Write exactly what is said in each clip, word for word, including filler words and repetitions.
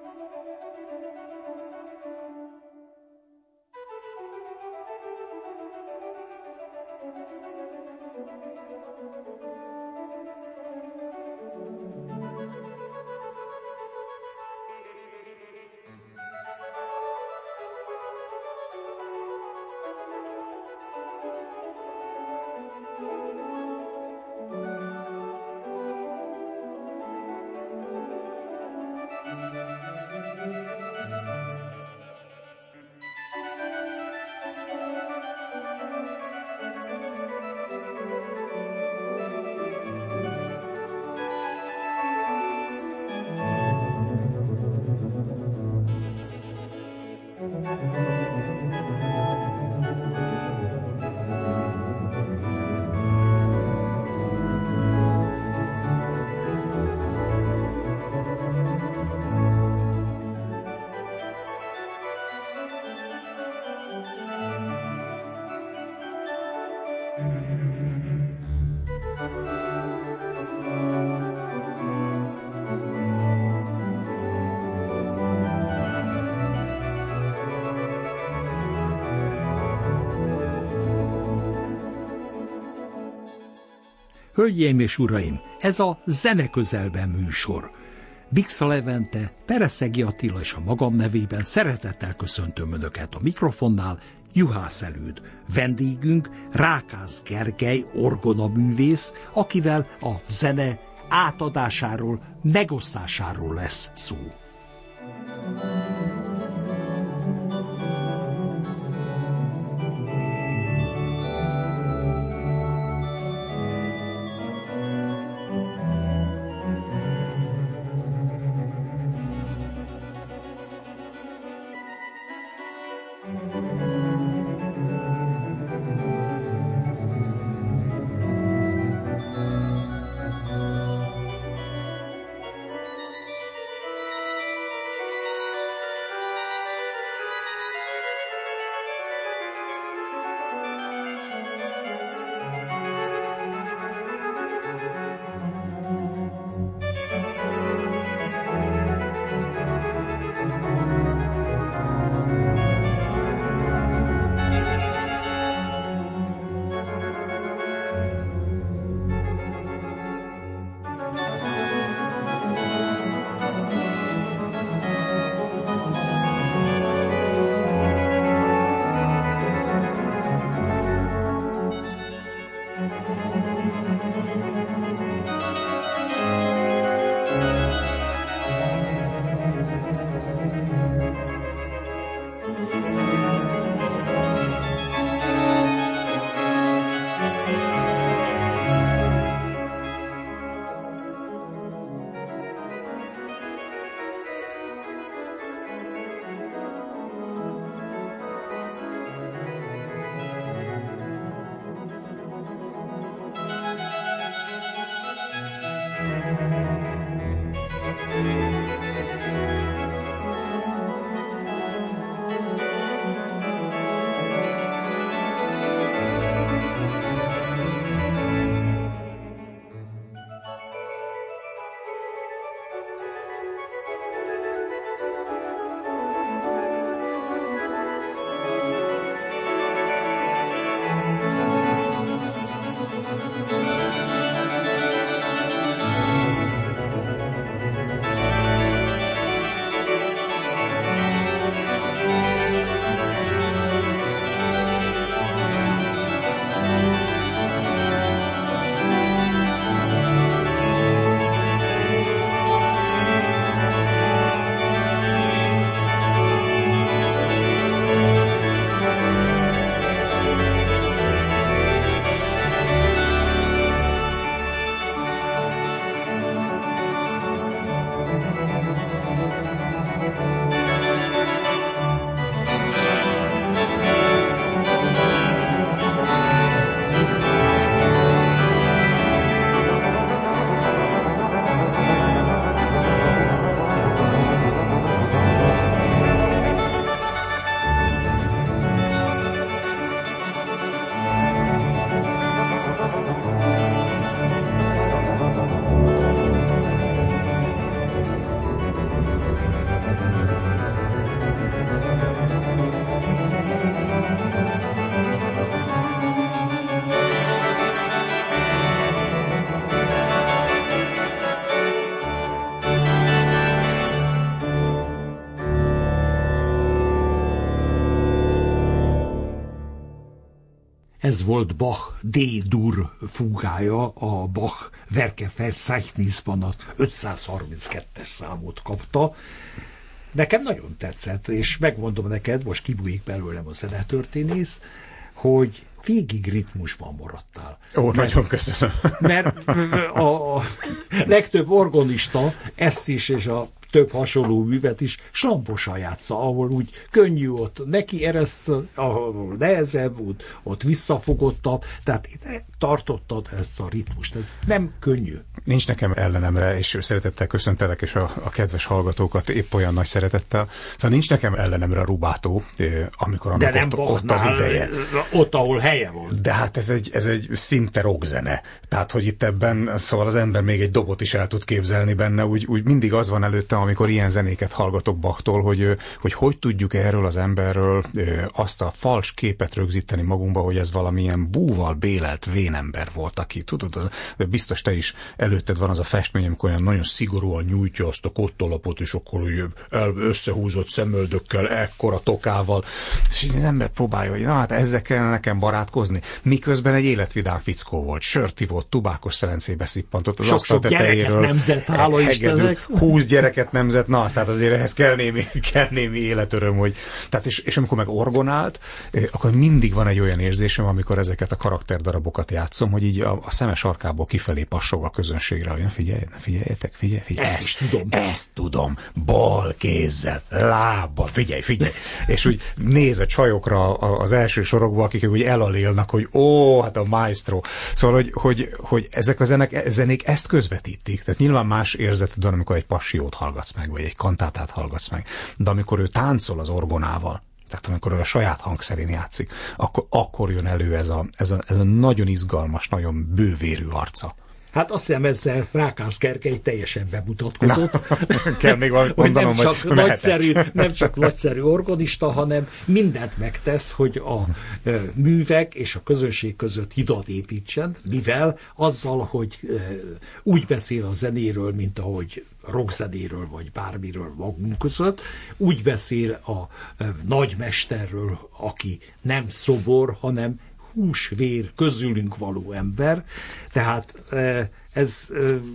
Hölgyeim és uraim, ez a Zene Közelben műsor. Bixa Levente, Pereszegi Attila és a magam nevében szeretettel köszöntöm Önöket a mikrofonnál, Juhász Előd. Vendégünk Rákász Gergely orgonaművész, akivel a zene átadásáról, megosztásáról lesz szó. Ez volt Bach D-dur fúgája, a Bach Werke Verzeichnisban a ötszázharminckettes számot kapta. Nekem nagyon tetszett, és megmondom neked, most kibújik belőlem a zenetörténész, hogy végig ritmusban maradtál. Ó, mert, nagyon köszönöm. Mert a, a legtöbb organista ezt is, és a több hasonló művet is slamposan játsza, ahol úgy könnyű, ott neki ereszt, ahol nehezebb, ott, ott visszafogottabb, tehát itt tartottad ezt a ritmust, ez nem könnyű. Nincs nekem ellenemre, és szeretettel köszöntelek, és a, a kedves hallgatókat épp olyan nagy szeretettel. Szóval nincs nekem ellenemre a rubátó, amikor annak de nem ott, ott az ideje. Ott, ahol helye van. De hát ez egy, ez egy szinte rockzene. Tehát, hogy itt ebben, szóval az ember még egy dobot is el tud képzelni benne, úgy, úgy mindig az van előttem, amikor ilyen zenéket hallgatok Bachtól, hogy, hogy hogy tudjuk erről az emberről azt a fals képet rögzíteni magunkba, hogy ez valamilyen búval bélelt vénember volt, aki, tudod, az, biztos te is előtted van az a festmény, amikor olyan nagyon szigorúan nyújtja azt a kottalapot, és akkor összehúzott szemöldökkel, ekkora tokával, és az ember próbálja, hogy na hát ezzel kellene nekem barátkozni, miközben egy életvidám fickó volt, sört ivott, tubákos szelencébe szippantott az asztal tetejéről. Gyereket nemzet, hála Istennek. húsz gyereket nemzet, na, tehát azért ehhez kell némi, kell némi életöröm, hogy... Tehát és, és amikor meg orgonált, akkor mindig van egy olyan érzésem, amikor ezeket a karakterdarabokat játszom, hogy így a, a szeme sarkából kifelé passog a közönségre, hogy na figyelj, na figyeljetek, figyelj, figyelj. Ezt, ezt tudom. Ezt tudom. Bal kézzel, lábbal, figyelj, figyelj. És úgy néz a csajokra az első sorokba, akik úgy elalélnak, hogy ó, hát a maestro. Szóval, hogy, hogy, hogy ezek a zenek, zenék ezt közvetítik. Tehát nyilván más érzeted van, amikor egy passiót hallgatsz meg, vagy egy kantátát hallgatsz meg. De amikor ő táncol az orgonával, tehát amikor ő a saját hangszerén játszik, akkor, akkor jön elő ez a, ez, a, ez a nagyon izgalmas, nagyon bővérű arca. Hát azt hiszem, ezzel Rákász Gergely teljesen bemutatkozott. Na, kell még valamit mondanom, nem csak, vagy nagyszerű, nem csak nagyszerű organista, hanem mindent megtesz, hogy a e, művek és a közönség között hidat építsen, mivel azzal, hogy e, úgy beszél a zenéről, mint ahogy rockzenéről, vagy bármiről magunk között, úgy beszél a e, nagymesterről, aki nem szobor, hanem húsvér közülünk való ember, tehát ez,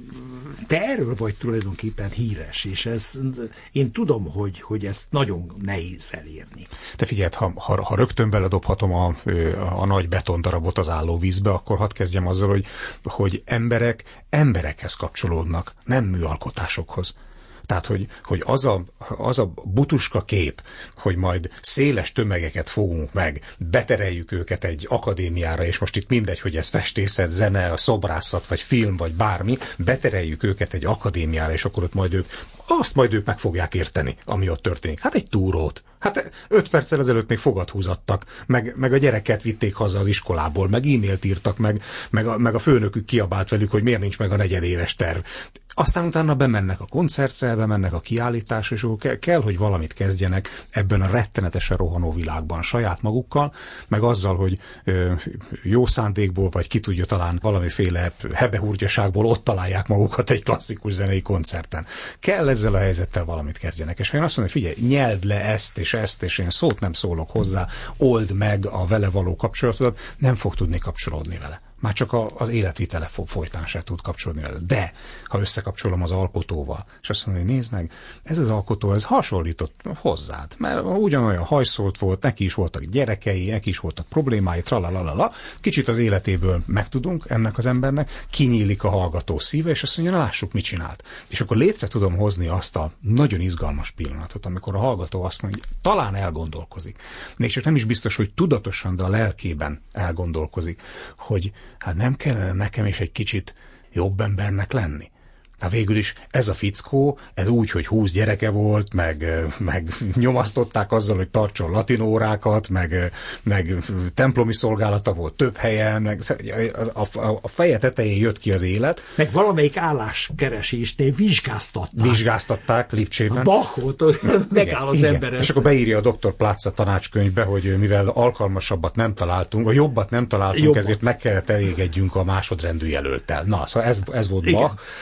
te erről vagy tulajdonképpen híres, és ez, én tudom, hogy, hogy ezt nagyon nehéz elérni. Te figyeld, ha, ha, ha rögtön beledobhatom a, a nagy betondarabot az állóvízbe, akkor hadd kezdjem azzal, hogy, hogy emberek emberekhez kapcsolódnak, nem műalkotásokhoz. Tehát, hogy, hogy az, a, az a butuska kép, hogy majd széles tömegeket fogunk meg, betereljük őket egy akadémiára, és most itt mindegy, hogy ez festészet, zene, szobrászat, vagy film, vagy bármi, betereljük őket egy akadémiára, és akkor ott majd ők, azt majd ők meg fogják érteni, ami ott történik. Hát egy túrót. Hát öt perccel ezelőtt még fogat húzattak, meg, meg a gyereket vitték haza az iskolából, meg e-mailt írtak, meg, meg, a, meg a főnökük kiabált velük, hogy miért nincs meg a negyedéves terv. Aztán utána bemennek a koncertre, bemennek a kiállításra, és kell, kell, hogy valamit kezdjenek ebben a rettenetesen rohanó világban saját magukkal, meg azzal, hogy ö, jó szándékból, vagy ki tudja, talán valamiféle hebehurgyaságból ott találják magukat egy klasszikus zenei koncerten. Kell ezzel a helyzettel valamit kezdjenek. És én azt mondom, hogy figyelj, nyeld le ezt és ezt, és én szót nem szólok hozzá, old meg a vele való kapcsolatodat, nem fog tudni kapcsolódni vele. Már csak a, az életvitele folytán se tud kapcsolódni vele. De, ha összekapcsolom az alkotóval, és azt mondom, hogy nézd meg, ez az alkotó, ez hasonlított hozzád, mert ugyanolyan hajszolt volt, neki is voltak gyerekei, neki is voltak problémái, tralalala, kicsit az életéből megtudunk ennek az embernek, kinyílik a hallgató szíve, és azt mondja, na, lássuk, mit csinált. És akkor létre tudom hozni azt a nagyon izgalmas pillanatot, amikor a hallgató azt mondja, hogy talán elgondolkozik. Még csak nem is biztos, hogy tudatosan, de a lelkében elgondolkozik, hogy hát nem kellene nekem is egy kicsit jobb embernek lenni. Hát végül is ez a fickó, ez úgy, hogy húsz gyereke volt, meg, meg nyomasztották azzal, hogy tartson latinórákat, meg, meg templomi szolgálata volt több helyen, meg a, a, a feje tetején jött ki az élet. Meg valamelyik álláskeresésnél vizsgáztatták. Vizsgáztatták Lipcsében. Bachot, megáll az igen, ember. És akkor beírja a doktor Pláca tanácskönyvbe, hogy mivel alkalmasabbat nem találtunk, a jobbat nem találtunk, jobbat. Ezért meg kellett elégedjünk a másodrendű jelölttel. Na, szóval ez, ez volt igen. Bach. A szóval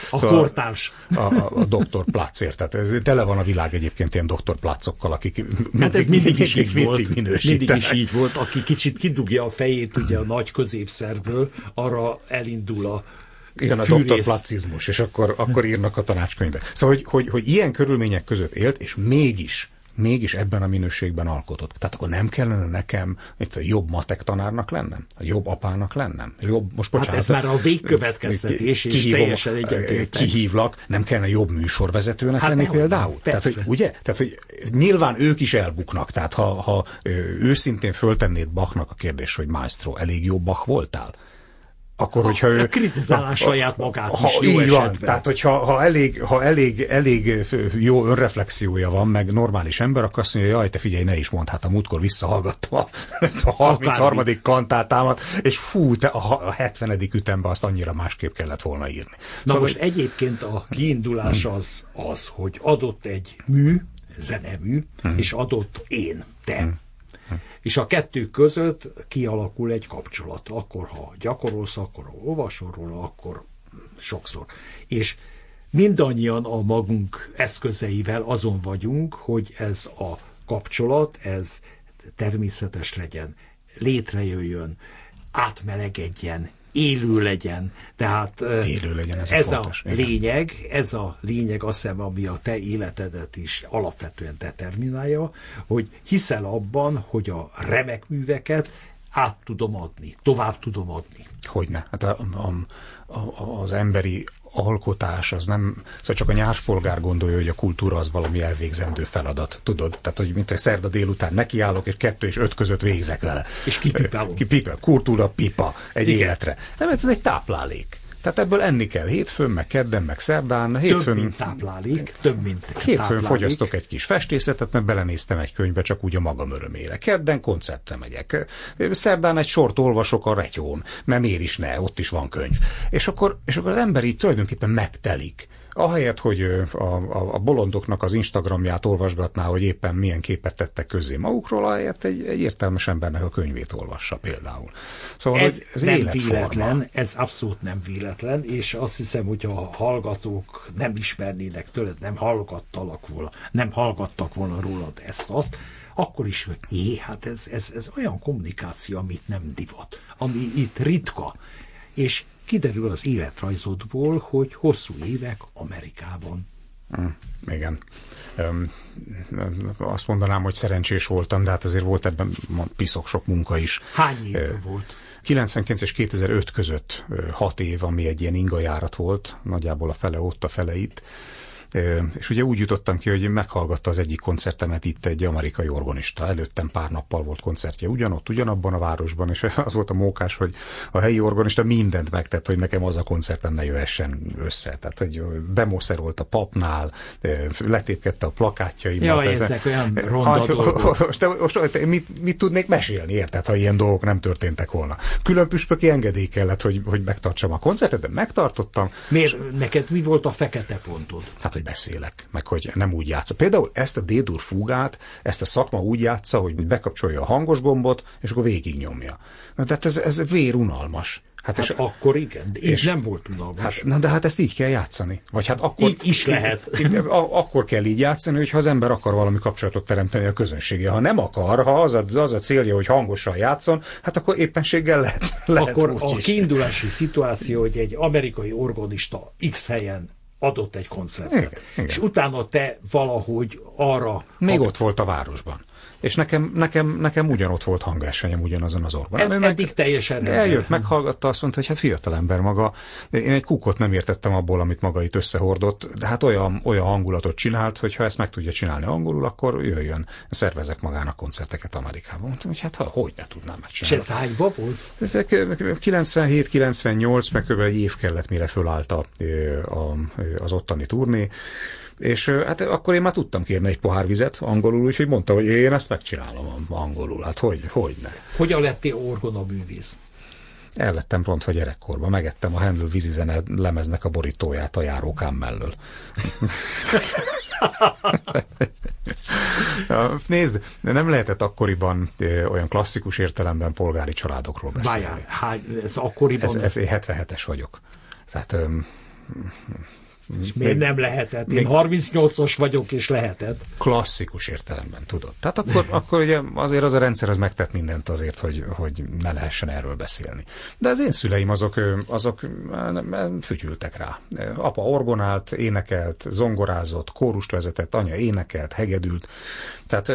kortárs. A, a, a doktor Platzért. Tehát ez tele van a világ egyébként ilyen doktor Platzokkal, akik hát ez mindig is így volt. Mindig is így volt. Aki kicsit kidugja a fejét ugye a nagy középszerből, arra elindul a igen, a doktor Platzizmus, és akkor, akkor írnak a tanácskönyvbe. Szóval, hogy, hogy, hogy ilyen körülmények között élt, és mégis mégis ebben a minőségben alkotott. Tehát akkor nem kellene nekem itt a jobb matek tanárnak lennem? A jobb apának lennem? Jobb, most bocsánat. Hát ez már a végkövetkeztetés, és kihívom, teljesen egyetértek. Kihívlak, nem kellene jobb műsorvezetőnek hát lenni de például? Tehát, hogy, ugye? Tehát, hogy nyilván ők is elbuknak. Tehát, ha, ha őszintén föltennéd Bachnak a kérdés, hogy maestro, elég jó Bach voltál? Akkor, hogyha ő... Kritizálná saját magát ha, is, jó így van. esetben. Tehát, hogyha ha elég, ha elég, elég jó önreflexiója van, meg normális ember, akkor azt mondja, jaj, te figyelj, ne is mondd, hát a múltkor visszahallgattam a, a harmincharmadik kantátámat, és fú, te a, a hetvenedik ütemben azt annyira másképp kellett volna írni. Na szóval, most egyébként a kiindulás az, az, hogy adott egy mű, zenemű, hmm. és adott én, te. Hmm. És a kettő között kialakul egy kapcsolat. Akkor, ha gyakorolsz, akkor ha olvasol róla, akkor sokszor. És mindannyian a magunk eszközeivel azon vagyunk, hogy ez a kapcsolat, ez természetes legyen, létrejöjjön, átmelegedjen, élő legyen. Tehát élő legyen, ez, ez a, a lényeg, ez a lényeg, azt hiszem, ami a te életedet is alapvetően determinálja, hogy hiszel abban, hogy a remek műveket át tudom adni, tovább tudom adni. Hogyne. Hát a, a, a, az emberi alkotás az nem, szóval csak a nyárspolgár gondolja, hogy a kultúra az valami elvégzendő feladat, tudod? Tehát, hogy mint egy szerda délután nekiállok, és kettő és öt között végzek vele. És kipipálom. Kipipál, kultúra pipa egy igen. életre. Nem, ez egy táplálék. Tehát ebből enni kell hétfőn, meg kedden, meg szerdán. Hétfőn, több, mint táplálék, több, mint Hétfőn táplálék. fogyasztok egy kis festészetet, mert belenéztem egy könyvbe, csak úgy a magam örömére. Kedden koncertre megyek. Szerdán egy sort olvasok a Retyón, mert miért is ne, ott is van könyv. És akkor, és akkor az ember így tulajdonképpen megtelik. Ahelyett, hogy a, a, a bolondoknak az Instagramját olvasgatná, hogy éppen milyen képet tettek közé magukról, ahelyett egy, egy értelmes embernek a könyvét olvassa például. Szóval ez, ez nem életforma. véletlen, ez abszolút nem véletlen, és azt hiszem, hogy a hallgatók nem ismernének tőled, nem hallgattalak volna, nem hallgattak volna rólad ezt-azt, akkor is, hogy jé, hát ez, ez, ez olyan kommunikáció, amit nem divat, ami itt ritka, és kiderül az életrajzodból, hogy hosszú évek Amerikában. Mm, igen. Öm, azt mondanám, hogy szerencsés voltam, de hát azért volt ebben piszok sok munka is. Hány évben volt? kilencvenkilenc és kétezer-öt között hat év, ami egy ilyen ingajárat volt, nagyjából a fele ott, a fele itt. És ugye úgy jutottam ki, hogy meghallgatta az egyik koncertemet itt egy amerikai orgonista. Előttem pár nappal volt koncertje ugyanott, ugyanabban a városban, és az volt a mókás, hogy a helyi orgonista mindent megtett, hogy nekem az a koncertem ne jöhessen össze. Tehát, hogy bemoszerolt a papnál, letépkedte a plakátjaimat. Jaj, ezek olyan ronda dolgok. Most, most mit, mit tudnék mesélni, érted, ha ilyen dolgok nem történtek volna? Külön püspöki engedély kellett, hogy, hogy megtartsam a koncertet, de megtartottam. Miért? Neked mi volt a fekete pontod? Hát, hogy beszélek, meg hogy nem úgy játsza. Például ezt a D-dur fúgát, ezt a szakma úgy játsza, hogy bekapcsolja a hangos gombot, és akkor végignyomja. Na, de hát ez, ez vérunalmas. Hát, hát és, akkor igen, de így és, nem volt unalmas. Hát, na de hát ezt így kell játszani. Vagy hát akkor, így is lehet. Így, a, akkor kell így játszani, hogyha az ember akar valami kapcsolatot teremteni a közönséggel. Ha nem akar, ha az a, az a célja, hogy hangosan játszon, hát akkor éppenséggel lehet, lehet akkor a is. Kiindulási szituáció, hogy egy amerikai orgonista X helyen adott egy koncertet. Igen, igen. És utána te valahogy arra... Még ott volt a városban. És nekem, nekem, nekem ugyanott volt hangversenyem ugyanazon az orgon. Ez eddig meg, teljesen rendben. Eljött, meghallgatta, azt mondta, hogy hát fiatalember maga. Én egy kukot nem értettem abból, amit maga itt összehordott, de hát olyan, olyan hangulatot csinált, hogy ha ezt meg tudja csinálni angolul, akkor jöjjön, szervezek magának koncerteket Amerikában. Mondtam, hogy hát ha, hogy ne tudnám megcsinálni. És ez hányba volt? Ezek kilencvenhét kilencvennyolc, meg kb. Egy év kellett, mire fölállta az ottani turné. És hát akkor én már tudtam kérni egy pohár vizet angolul, úgyhogy mondta, hogy én ezt megcsinálom angolul. Hát hogy, hogy ne. Hogyan lettél orgonaművész? El lettem rontva gyerekkorban. Megettem a Handel vízizene lemeznek a borítóját a járókám mellől. Nézd, nem lehetett akkoriban olyan klasszikus értelemben polgári családokról beszélni. Várjál, hány, ez akkoriban? Ez, ez én hetvenhetes vagyok. Tehát... És miért nem lehetett? Én harmincnyolcas vagyok, és lehetett. Klasszikus értelemben, tudod. Tehát akkor, akkor ugye azért az a rendszer az megtett mindent azért, hogy, hogy ne lehessen erről beszélni. De az én szüleim azok, azok fütyültek rá. Apa orgonált, énekelt, zongorázott, kórust vezetett, anya énekelt, hegedült. Tehát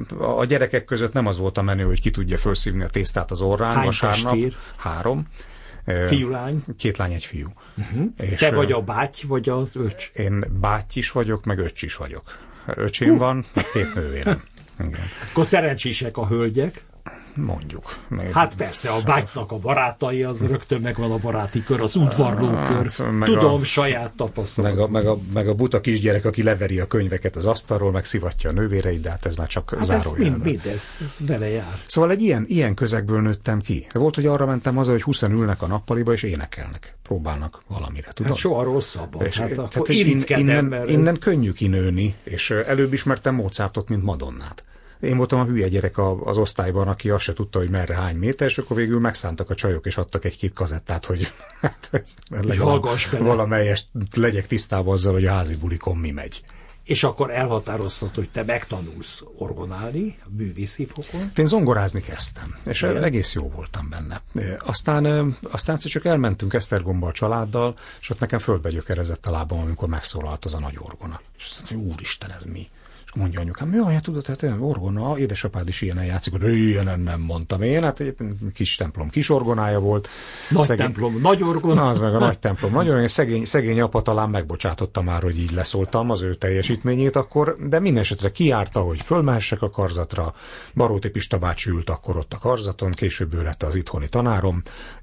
a gyerekek között nem az volt a menő, hogy ki tudja felszívni a tésztát az orrán. Hány vasárnap. Testér? Három. Fiú, lány? Két lány, egy fiú. Uh-huh. És te vagy a báty, vagy az öcs? Én báty is vagyok, meg öcs is vagyok. Öcsém uh. van, meg két nővérem. Igen. Akkor szerencsések a hölgyek? Mondjuk. Meg... Hát persze, a bátynak a barátai, az rögtön megvan a baráti kör, az udvarlókör. Hát, Tudom, a, saját tapasztalat. Meg a, meg, a, meg a buta kisgyerek, aki leveri a könyveket az asztalról, meg szivatja a nővéreit, de hát ez már csak hát zárójelben. Ez mind, mind ez, ez vele jár. Szóval egy ilyen, ilyen közegből nőttem ki. Volt, hogy arra mentem haza, hogy húszan ülnek a nappaliba, és énekelnek. Próbálnak valamire, tudod? Hát soha rosszabban. És, hát akkor innen, innen, ez... innen könnyű kinőni, és előbb ismertem Mozartot, mint Madonnát. Én voltam a hülye gyerek az osztályban, aki azt se tudta, hogy merre hány méter, és akkor végül megszántak a csajok, és adtak egy-két kazettát, hogy, hát, hogy valamelyest legyek tisztában azzal, hogy a házi bulikon mi megy. És akkor elhatároztad, hogy te megtanulsz orgonálni, a művészi fokon? Én zongorázni kezdtem, és igen, egész jó voltam benne. Aztán, aztán csak elmentünk Esztergomba a családdal, és ott nekem földbe gyökerezett a lábam, amikor megszólalt az a nagy orgona. És azt mondja, úristen, ez mi? És mondja anyukám, mi olyan, tudod, hát orgona, édesapád is ilyenen játszik, hogy ilyenen nem mondtam én, hát egyébként kis templom kis orgonája volt. Nagy szegény... templom, nagy orgona. Na, az meg a nagy templom, nagy orgona. Szegény, szegény apa talán megbocsátotta már, hogy így leszóltam az ő teljesítményét akkor, de minden esetre kiárta, hogy fölmehessek a karzatra. Baróti Pista bácsi ült akkor ott a karzaton, később ő lett az itthoni tanárom.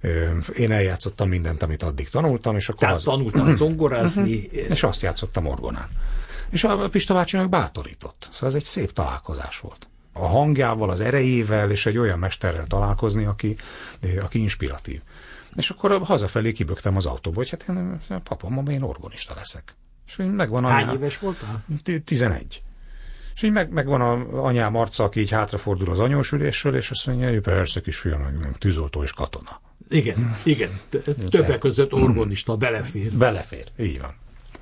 Én eljátszottam mindent, amit addig tanultam, és akkor Tehát az... tanultam zongorázni. És azt játszottam orgonán. És a Pista bácsinak bátorított. Szóval ez egy szép találkozás volt. A hangjával, az erejével, és egy olyan mesterrel találkozni, aki, aki inspiratív. És akkor hazafelé kibögtem az autóba, hogy hát én, papa, mama, én orgonista leszek. És megvan anyám. Hány éves voltál? tizenegy. És így meg, megvan a anyám arca, aki így hátrafordul az anyósülésről, és azt mondja, hogy persze kisfiam, tűzoltó és katona. Igen, igen. Többek között orgonista, belefér. Belefér, így van.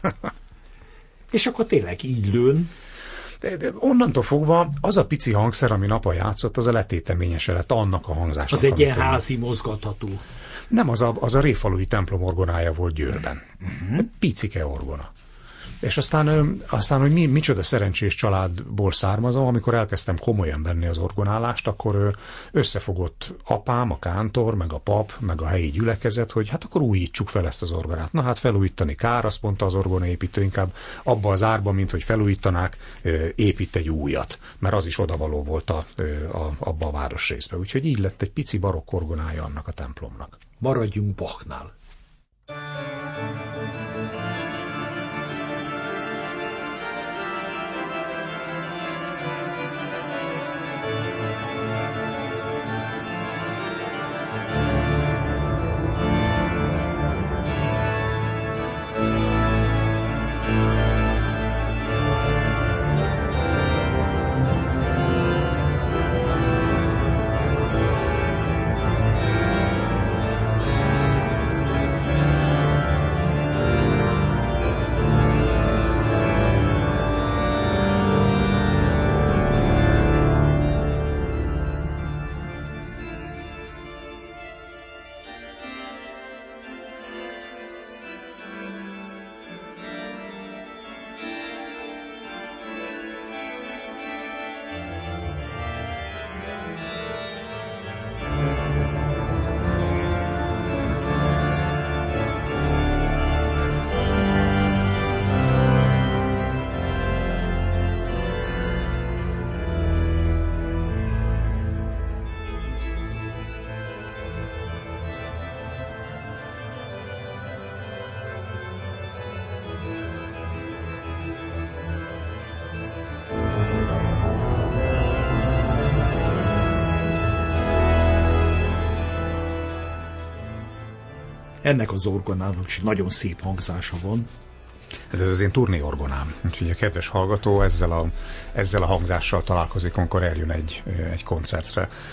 És akkor tényleg így lőn. De, de onnantól fogva az a pici hangszer, ami napa játszott, az a letéteményese lett annak a hangzásnak. Az egy ilyen házi mozgatható. Nem, az a, az a réfalui templom orgonája volt Győrben. Uh-huh. Picike orgona. És aztán, aztán hogy mi, micsoda szerencsés családból származom, amikor elkezdtem komolyan venni az orgonálást, akkor összefogott apám, a kántor, meg a pap, meg a helyi gyülekezet, hogy hát akkor újítsuk fel ezt az orgonát. Na hát felújítani kár, azt mondta az orgonaépítő, inkább abba az árba, mint hogy felújítanák, épít egy újat, mert az is odavaló volt a, a, abba a városrészbe. Úgyhogy így lett egy pici barokk orgonája annak a templomnak. Maradjunk Bachnál. Ennek az orgonának is nagyon szép hangzása van. Ez az én turné orgonám. Úgyhogy a kedves hallgató ezzel a, ezzel a hangzással találkozik, amikor eljön egy, egy koncertre.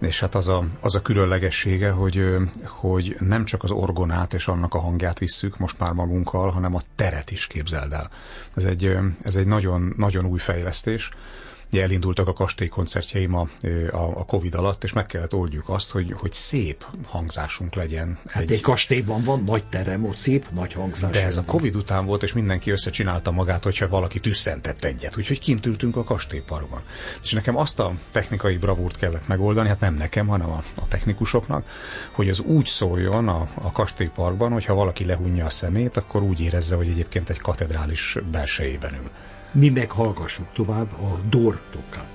És hát az a, az a különlegessége, hogy, hogy nem csak az orgonát és annak a hangját visszük most már magunkkal, hanem a teret is, képzeld el. Ez egy, ez egy nagyon, nagyon új fejlesztés. Ugye elindultak a kastélykoncertjeim a, a, a Covid alatt, és meg kellett oldjuk azt, hogy, hogy szép hangzásunk legyen. Hát egy, egy kastélyban van nagy terem, ott szép nagy hangzás. De ez a Covid után volt, és mindenki összecsinálta magát, hogyha valaki tüsszentett egyet. Úgyhogy kint ültünk a kastélyparkban. És nekem azt a technikai bravúrt kellett megoldani, hát nem nekem, hanem a, a technikusoknak, hogy az úgy szóljon a, a kastélyparkban, hogyha valaki lehunja a szemét, akkor úgy érezze, hogy egyébként egy katedrális belsejében ül. Mi meghallgassuk tovább a Dór toccátát.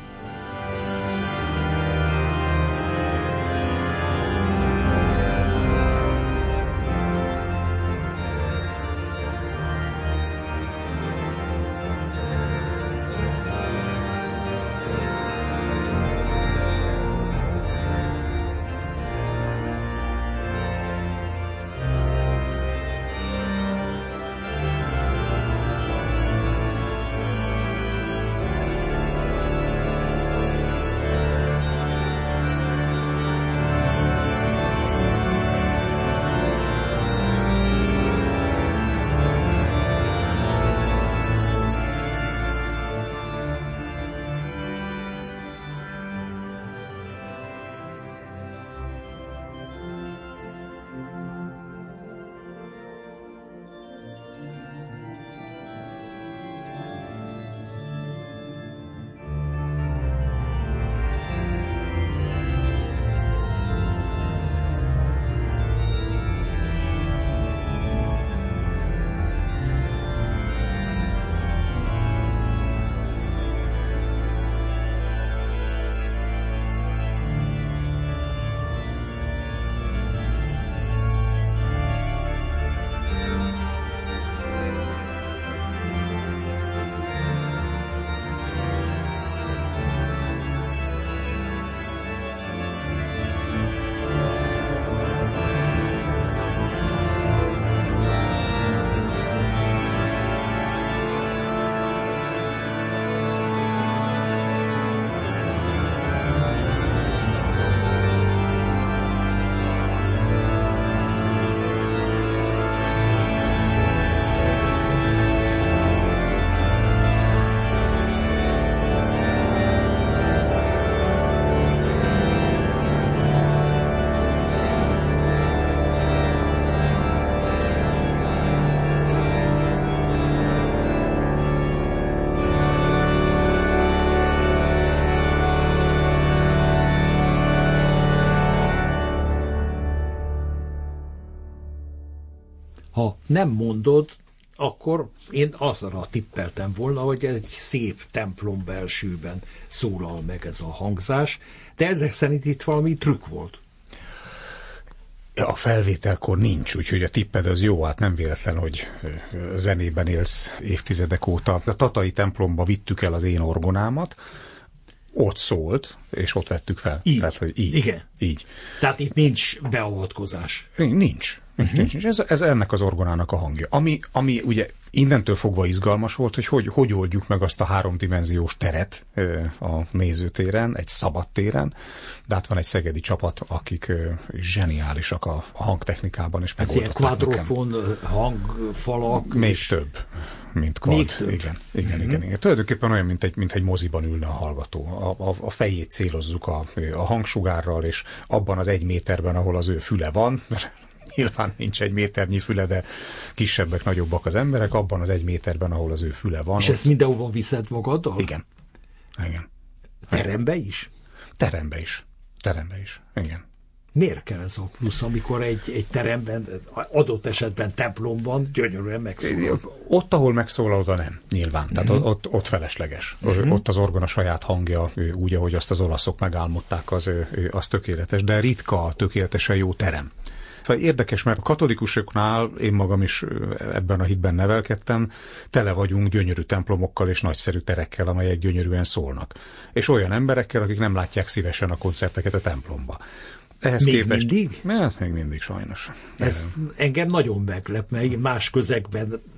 Ha nem mondod, akkor én azra tippeltem volna, hogy egy szép templom belsőben szólal meg ez a hangzás, de ezek szerint itt valami trükk volt. A felvételkor nincs, úgyhogy a tipped az jó, hát nem véletlen, hogy zenében élsz évtizedek óta. A tatai templomba vittük el az én orgonámat, ott szólt, és ott vettük fel. Így, Tehát, hogy így, igen. Így. Tehát itt nincs beavatkozás. Nincs. Uh-huh. nincs, nincs. Ez, ez ennek az orgonának a hangja. Ami, ami ugye innentől fogva izgalmas volt, hogy, hogy hogy oldjuk meg azt a háromdimenziós teret a nézőtéren, egy szabad téren, de hát van egy szegedi csapat, akik zseniálisak a, a hangtechnikában, és megoldották nekem. Ez ilyen kvadrofon hangfalak. Még és... több, mint kvad. Még több. Igen, igen, uh-huh. igen, igen. Tulajdonképpen olyan, mint egy, mint egy moziban ülne a hallgató. A, a, a fejét célozzuk a, a hangsugárral, és abban az egy méterben, ahol az ő füle van, nyilván nincs egy méternyi füle, de kisebbek, nagyobbak az emberek, abban az egy méterben, ahol az ő füle van. És ott... ezt mindenhova viszed magaddal? Igen. Igen. Terembe is? Terembe is. Terembe is. Igen. Miért kell ez a plusz, amikor egy, egy teremben, adott esetben templomban gyönyörűen megszólal? Ott, ahol megszólal, oda nem, nyilván. Tehát uh-huh. ott, ott felesleges. Uh-huh. Ott az orgona saját hangja, úgy, ahogy azt az olaszok megálmodták, az, az tökéletes, de ritka a tökéletesen jó terem. Szóval érdekes, mert a katolikusoknál, én magam is ebben a hitben nevelkedtem, tele vagyunk gyönyörű templomokkal és nagyszerű terekkel, amelyek gyönyörűen szólnak. És olyan emberekkel, akik nem látják szívesen a koncerteket a templomba. Ehhez még képest, mindig? Mert még mindig sajnos. Ez engem nagyon meglep, mert más közegben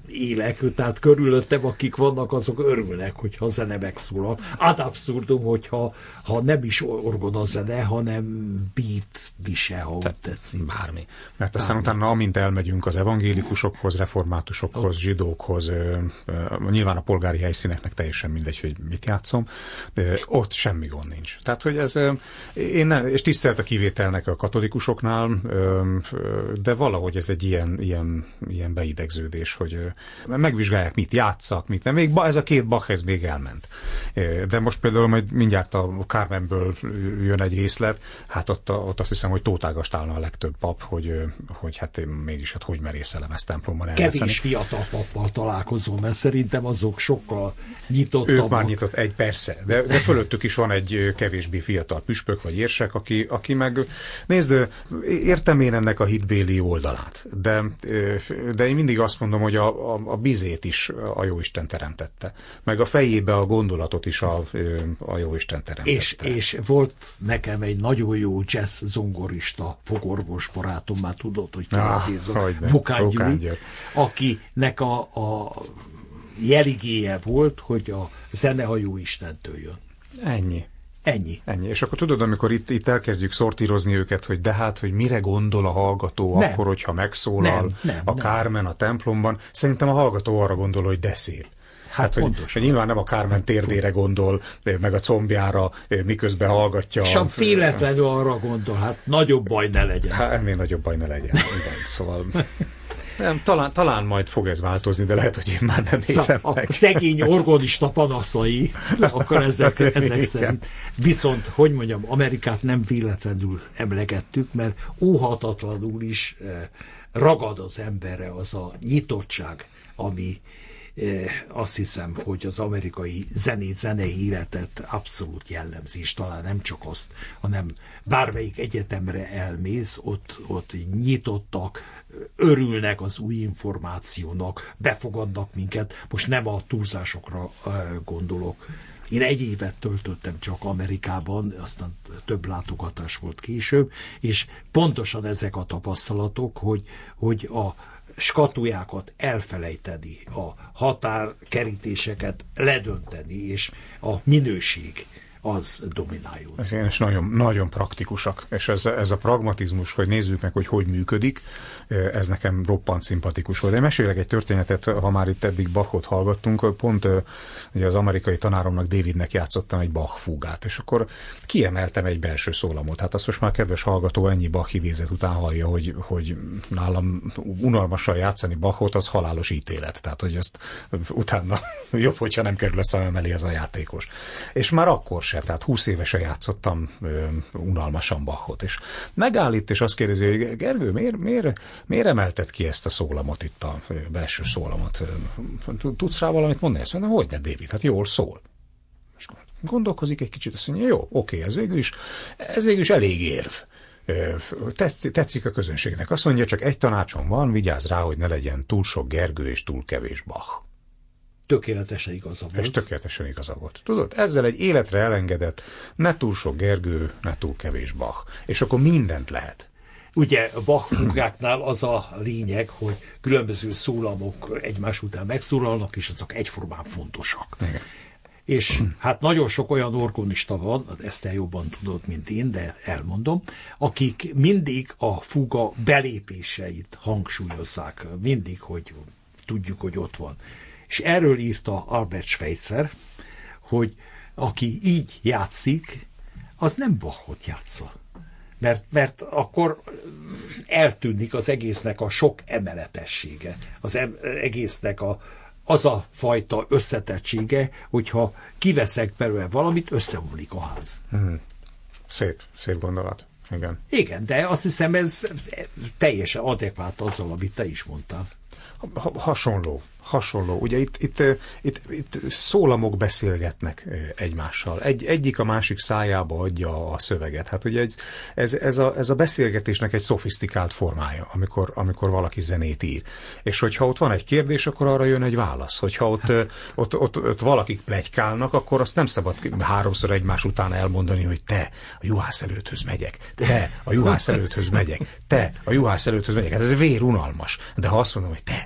élek, tehát körülöttem, akik vannak, azok örülnek, hogyha a zene megszólal. Ad abszurdum, hogyha ha nem is orgona a zene, hanem beat, mise, ha úgy tetszik. Bármi. Mert aztán bármi. Utána, amint elmegyünk az evangélikusokhoz, reformátusokhoz, zsidókhoz, ö, ö, nyilván a polgári helyszíneknek teljesen mindegy, hogy mit játszom, ö, ott semmi gond nincs. Tehát, hogy ez, ö, én nem, és tisztelt a kivételnek a katolikusoknál, ö, ö, de valahogy ez egy ilyen, ilyen, ilyen beidegződés, hogy ö, megvizsgálják, mit játszak, mit nem. Még ez a két Bach, ez még elment. De most például majd mindjárt a Carmenből jön egy részlet, hát ott, ott azt hiszem, hogy tótágast állna a legtöbb pap, hogy, hogy hát én mégis hát hogy merészelem ezt templomban eljátszani. Kevés fiatal pappal találkozom, mert szerintem azok sokkal nyitottabbak. Ők már nyitott, egy persze, de, de fölöttük is van egy kevésbé fiatal püspök vagy érsek, aki, aki meg, nézd, értem én ennek a hitbéli oldalát, de, de én mindig azt mondom, hogy a, a, a bizét is a Jóisten teremtette, meg a fejébe a gondolatot is a, a Jóisten teremtette. És, és volt nekem egy nagyon jó jazz zongorista fogorvos barátom, már tudod, hogy ki az érző, Vokán Gyuri, akinek a, a jeligéje volt, hogy a zene a Jóistentől jön. Ennyi. Ennyi. Ennyi. És akkor tudod, amikor itt, itt elkezdjük szortírozni őket, hogy de hát, hogy mire gondol a hallgató nem. akkor, hogyha megszólal nem, nem, a Carmen a templomban, szerintem a hallgató arra gondol, hogy de szép. Hát, hát hogy, hogy nyilván nem a Carmen térdére gondol, meg a combjára, miközben hallgatja. Sem féletlenül arra gondol, hát nagyobb baj ne legyen. Hát ennél nagyobb baj ne legyen. Igen, szóval... Nem, talán, talán majd fog ez változni, de lehet, hogy én már nem érem a meg. Szegény orgonista panaszai, akkor ezek, ezek szerint. Viszont, hogy mondjam, Amerikát nem véletlenül emlegettük, mert óhatatlanul is ragad az emberre az a nyitottság, ami azt hiszem, hogy az amerikai zenét, zenei életet abszolút jellemzi, és talán nem csak azt, hanem bármelyik egyetemre elmész, ott, ott nyitottak, örülnek az új információnak, befogadnak minket. Most nem a túlzásokra gondolok. Én egy évet töltöttem csak Amerikában, aztán több látogatás volt később, és pontosan ezek a tapasztalatok, hogy, hogy a skatujákat elfelejteni, a határkerítéseket ledönteni, és a minőség az domináljon. Ez nagyon, nagyon praktikusak, és ez, ez a pragmatizmus, hogy nézzük meg, hogy hogy működik, ez nekem roppant szimpatikus volt. Én mesélek egy történetet, ha már itt eddig Bachot hallgattunk, pont ugye az amerikai tanáromnak, Davidnek játszottam egy Bach fúgát, és akkor kiemeltem egy belső szólamot. Hát azt most már kedves hallgató ennyi Bach idézet után hallja, hogy, hogy nálam unalmasan játszani Bachot, az halálos ítélet. Tehát, hogy ezt utána jobb, hogyha nem kerül a szemem elé ez a játékos. És már akkor sem, tehát húsz évesen játszottam ö, unalmasan Bachot, és megállít, és azt kérdezi, hogy Gergő, miért, miért, miért emelted ki ezt a szólamot itt, a belső szólamot? Tudsz rá valamit mondani? Azt mondja, hogy ne, David, hát jól szól. És gondolkozik egy kicsit, azt mondja, jó, oké, ez végül is, ez végül is elég érv. Tetszik, tetszik a közönségnek. Azt mondja, csak egy tanácsom van, vigyázz rá, hogy ne legyen túl sok Gergő és túl kevés Bach. Tökéletesen igaza volt. És tökéletesen igaza volt. Tudod, ezzel egy életre elengedett, ne túl sok Gergő, ne túl kevés Bach. És akkor mindent lehet. Ugye a Bach fúgáknál az a lényeg, hogy különböző szólamok egymás után megszólalnak, és azok egyformán fontosak. Igen. És hát nagyon sok olyan orgonista van, ezt te jobban tudod, mint én, de elmondom, akik mindig a fuga belépéseit hangsúlyozzák. Mindig, hogy tudjuk, hogy ott van. És erről írta Albert Schweitzer, hogy aki így játszik, az nem Bachot játsza. Mert, mert akkor eltűnik az egésznek a sok emeletessége, az egésznek a, az a fajta összetettsége, hogyha kiveszek belőle valamit, összeomlik a ház. Hmm. Szép, szép gondolat. Igen. Igen, de azt hiszem ez teljesen adekvát azzal, amit te is mondtál. Hasonló. Hasonló. Ugye itt, itt, itt, itt szólamok beszélgetnek egymással. Egy, egyik a másik szájába adja a szöveget. Hát ugye ez, ez, ez, a, ez a beszélgetésnek egy szofisztikált formája, amikor, amikor valaki zenét ír. És hogyha ott van egy kérdés, akkor arra jön egy válasz. Hogyha ott, ott, ott, ott valakik pletykálnak, akkor azt nem szabad háromszor egymás után elmondani, hogy te a juhász előthöz megyek, te a juhász előthöz megyek, te a juhász előthöz megyek. Hát ez vérunalmas. De ha azt mondom, hogy te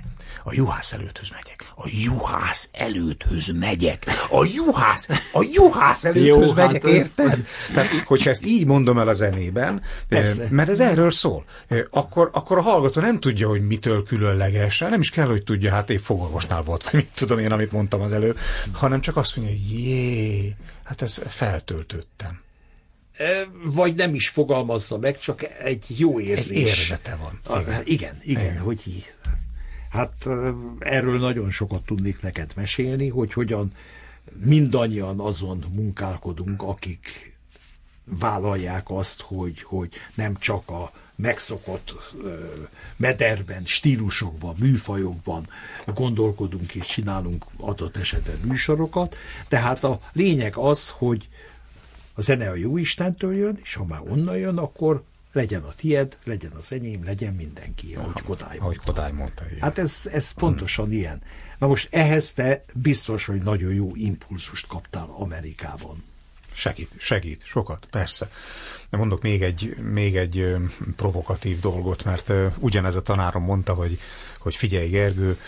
A juhász előthöz megyek. A juhász előthöz megyek. A juhász, a juhász előthöz megyek, hát érted? Tehát, hogyha ezt így mondom el a zenében, persze, mert ez erről szól, akkor, akkor a hallgató nem tudja, hogy mitől különleges, nem is kell, hogy tudja, hát épp fogorvosnál volt, vagy mit tudom én, amit mondtam az előbb, hanem csak azt mondja, hogy jé, hát ez feltöltöttem. Vagy nem is fogalmazza meg, csak egy jó érzés. Egy érzete van. Igen, igen, igen, igen. Hogy így. Hát erről nagyon sokat tudnék neked mesélni, hogy hogyan mindannyian azon munkálkodunk, akik vállalják azt, hogy, hogy nem csak a megszokott mederben, stílusokban, műfajokban gondolkodunk és csinálunk adott esetben műsorokat. Tehát a lényeg az, hogy a zene a Jóistentől jön, és ha már onnan jön, akkor legyen a tied, legyen az enyém, legyen mindenki, ahogy Kodály mondta. Ahogy Kodály mondta, igen. Hát ez, ez pontosan hmm. ilyen. Na most ehhez te biztos, hogy nagyon jó impulzust kaptál Amerikában. Segít, segít, sokat, persze. De mondok még egy, még egy provokatív dolgot, mert ugyanez a tanárom mondta, hogy, hogy figyelj Gergő,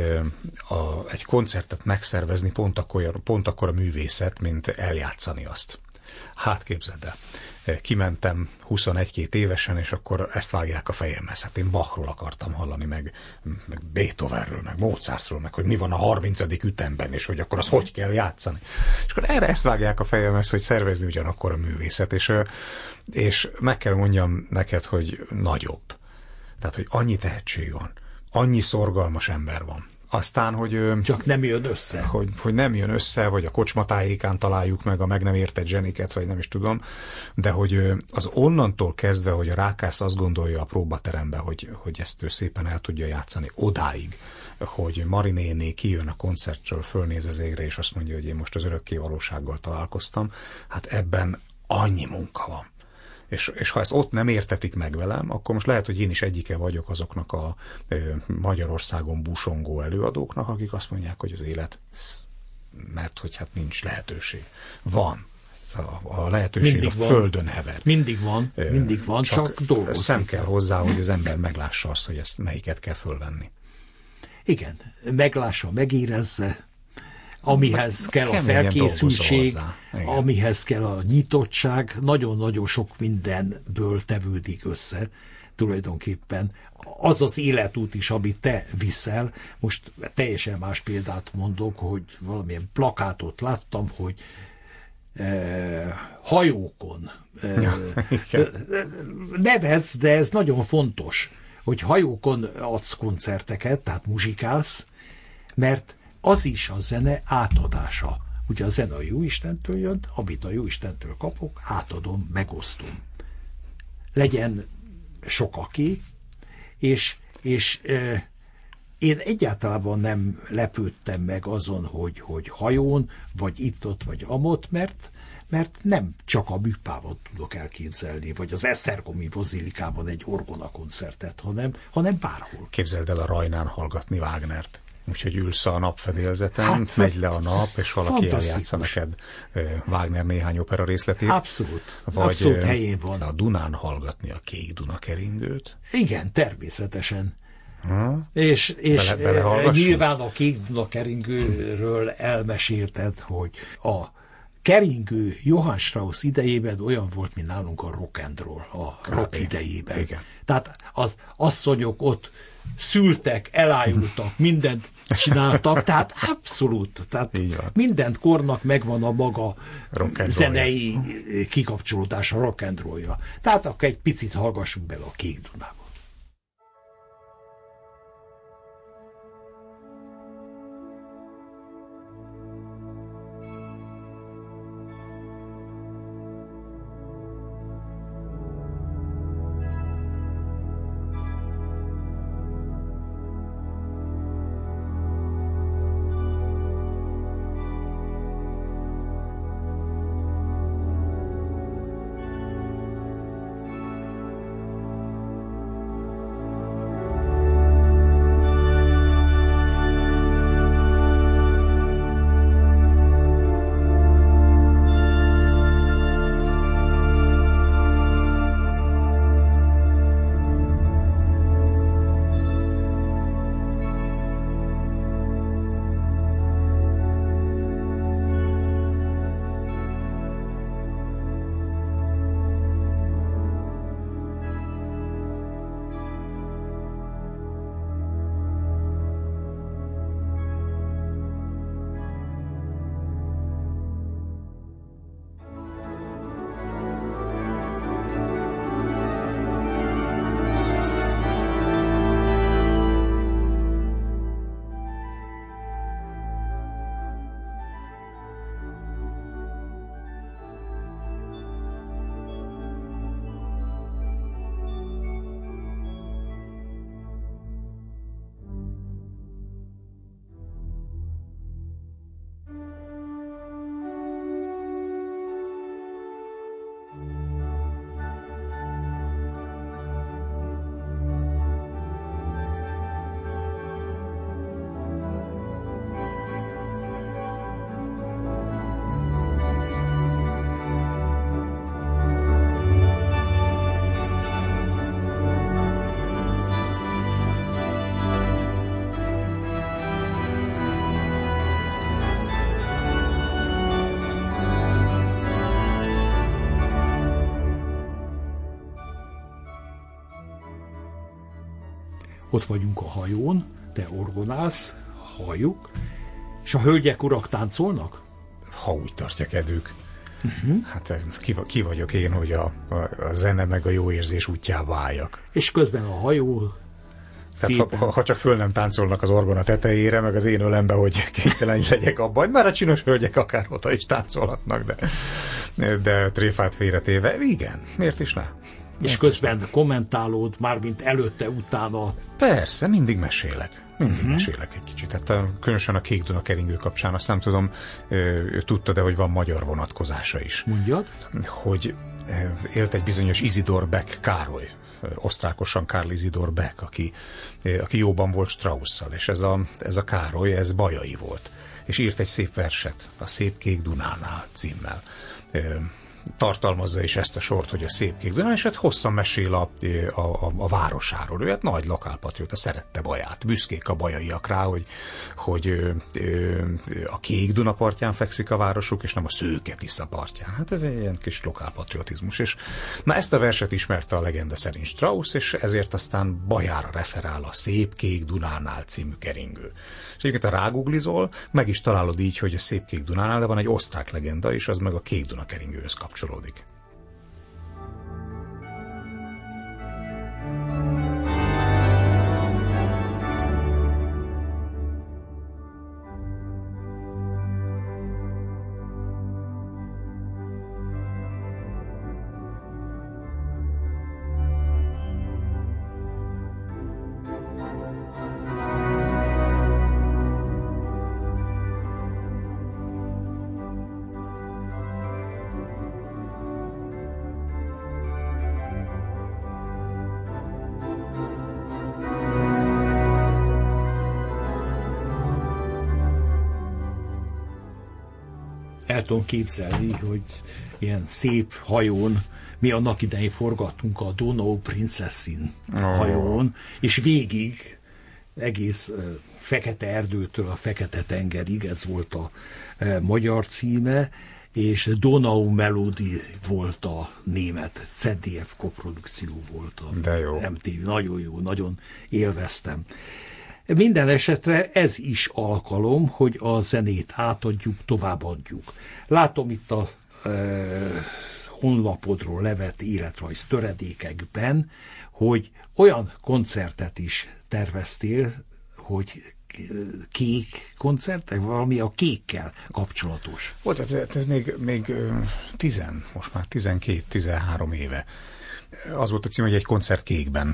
a, egy koncertet megszervezni pont akkor, pont akkor a művészet, mint eljátszani azt. Hát képzeld el, kimentem huszonegy-két évesen, és akkor ezt vágják a fejemhez. Hát én Bachról akartam hallani, meg, meg Beethovenről, meg Mozartról, meg hogy mi van a harmincadik ütemben, és hogy akkor az hogy kell játszani. És akkor erre ezt vágják a fejemhez, hogy szervezni ugyanakkor a művészet, és, és meg kell mondjam neked, hogy nagyobb. Tehát, hogy annyi tehetség van, annyi szorgalmas ember van. Aztán, hogy... Csak nem jön össze. Hogy, hogy nem jön össze, vagy a kocsmatájékán találjuk meg a meg nem értett zseniket, vagy nem is tudom, de hogy az onnantól kezdve, hogy a Rákász azt gondolja a próbaterembe, hogy, hogy ezt ő szépen el tudja játszani odáig, hogy Mari néni kijön a koncertről, fölnéz az égre, és azt mondja, hogy én most az örökké valósággal találkoztam, hát ebben annyi munka van. És, és ha ezt ott nem értetik meg velem, akkor most lehet, hogy én is egyike vagyok azoknak a ö, Magyarországon búsongó előadóknak, akik azt mondják, hogy az élet, mert hogy hát nincs lehetőség. Van. A, a lehetőség mindig a van. Földön hever. Mindig van, mindig van, csak, csak dolgozik. Szem kell hozzá, hogy az ember meglássa azt, hogy ezt melyiket kell fölvenni. Igen, meglássa, megérezze, amihez kell a felkészültség, amihez kell a nyitottság, nagyon-nagyon sok mindenből tevődik össze tulajdonképpen. Az az életút is, amit te viszel, most teljesen más példát mondok, hogy valamilyen plakátot láttam, hogy eh, hajókon eh, ja, nevetsz, de ez nagyon fontos, hogy hajókon adsz koncerteket, tehát muzsikálsz, mert az is a zene átadása. Ugye a zene a Jóistentől jön, amit a Jóistentől kapok, átadom, megosztom. Legyen sokaké, és, és e, én egyáltalán nem lepődtem meg azon, hogy, hogy hajón, vagy itt-ott, vagy amott, mert, mert nem csak a műpában tudok elképzelni, vagy az Esztergomi bazilikában egy orgona koncertet, hanem, hanem bárhol. Képzeld el a Rajnán hallgatni Wagnert. Úgyhogy ülsz a napfedélzeten, hát, megy le a nap, és valaki eljátsza neked Wagner néhány opera részletét. Abszolút. Vagy Abszolút helyén van. A Dunán hallgatni a Kék Duna keringőt. Igen, természetesen. Hmm. És, és bele, bele nyilván a Kék Duna keringőről elmesélted, hogy a keringő Johann Strauss idejében olyan volt, mint nálunk a rock and roll, a rock igen, idejében. Igen. Tehát az asszonyok ott szültek, elájultak, mindent csináltak, tehát abszolút, tehát mindent kornak megvan a maga zenei kikapcsolódása, rock and rollja. Tehát akkor egy picit hallgassunk bele a Kék Dunába. ott vagyunk a hajón, te orgonálsz, halljuk, és a hölgyek, urak táncolnak? Ha úgy tartja kedvük. Uh-huh. Hát ki, ki vagyok én, hogy a, a, a zene meg a jó érzés útjába álljak. És közben a hajó Tehát ha, ha csak föl nem táncolnak az orgona tetejére, meg az én ölembe, hogy képtelen legyek abban, már a csinos hölgyek akár oda is táncolhatnak, de, de tréfát félretéve, igen, miért is ne? És közben kommentálód, mármint előtte, utána. Persze, mindig mesélek. Mindig uh-huh. mesélek egy kicsit. Hát a, különösen a Kék Duna keringő kapcsán, azt nem tudom, ő tudta, de hogy van magyar vonatkozása is. Mondjad? Hogy élt egy bizonyos Isidor Beck Károly, osztrákosan Karl Isidor Beck, aki, aki jóban volt Strausszal, és ez a, ez a Károly, ez bajai volt. És írt egy szép verset, a Szép Kék Dunánál címmel. Tartalmazza is ezt a sort, hogy a Szép Kék Dunán, és hát hosszan mesél a, a, a, a városáról. Ő hát nagy lokálpatrióta, szerette Baját. Büszkék a bajaiak rá, hogy, hogy ö, ö, a Kék Duna partján fekszik a városuk, és nem a Szőke Tisza partján. Hát ez egy ilyen kis lokálpatriotizmus. És na ezt a verset ismerte a legenda szerint Strauss, és ezért aztán Bajára referál a Szép Kék Dunánál című keringő. És egyébként a ráguglizol, meg is találod így, hogy a Szép Kék Dunánál, de van egy osztrák legenda, és az meg a Kék Duna keringőhöz kapcsolódik. El tudom képzelni, hogy ilyen szép hajón, mi annak idején forgattunk a Donau Princessin oh. hajón, és végig egész uh, Fekete Erdőtől a Fekete Tengerig, ez volt a uh, magyar címe, és Donau Melody volt a német, zé dé ef koprodukció volt a De jó. em té vé. Nagyon jó, nagyon élveztem. Minden esetre ez is alkalom, hogy a zenét átadjuk, továbbadjuk. Látom itt a e, honlapodról levett életrajz töredékekben, hogy olyan koncertet is terveztél, hogy kék koncert, valami a kékkel kapcsolatos. Volt, ez, ez még, még tizen, most már tizenkét-tizenhárom éve. Az volt a cím, hogy egy koncert kékben.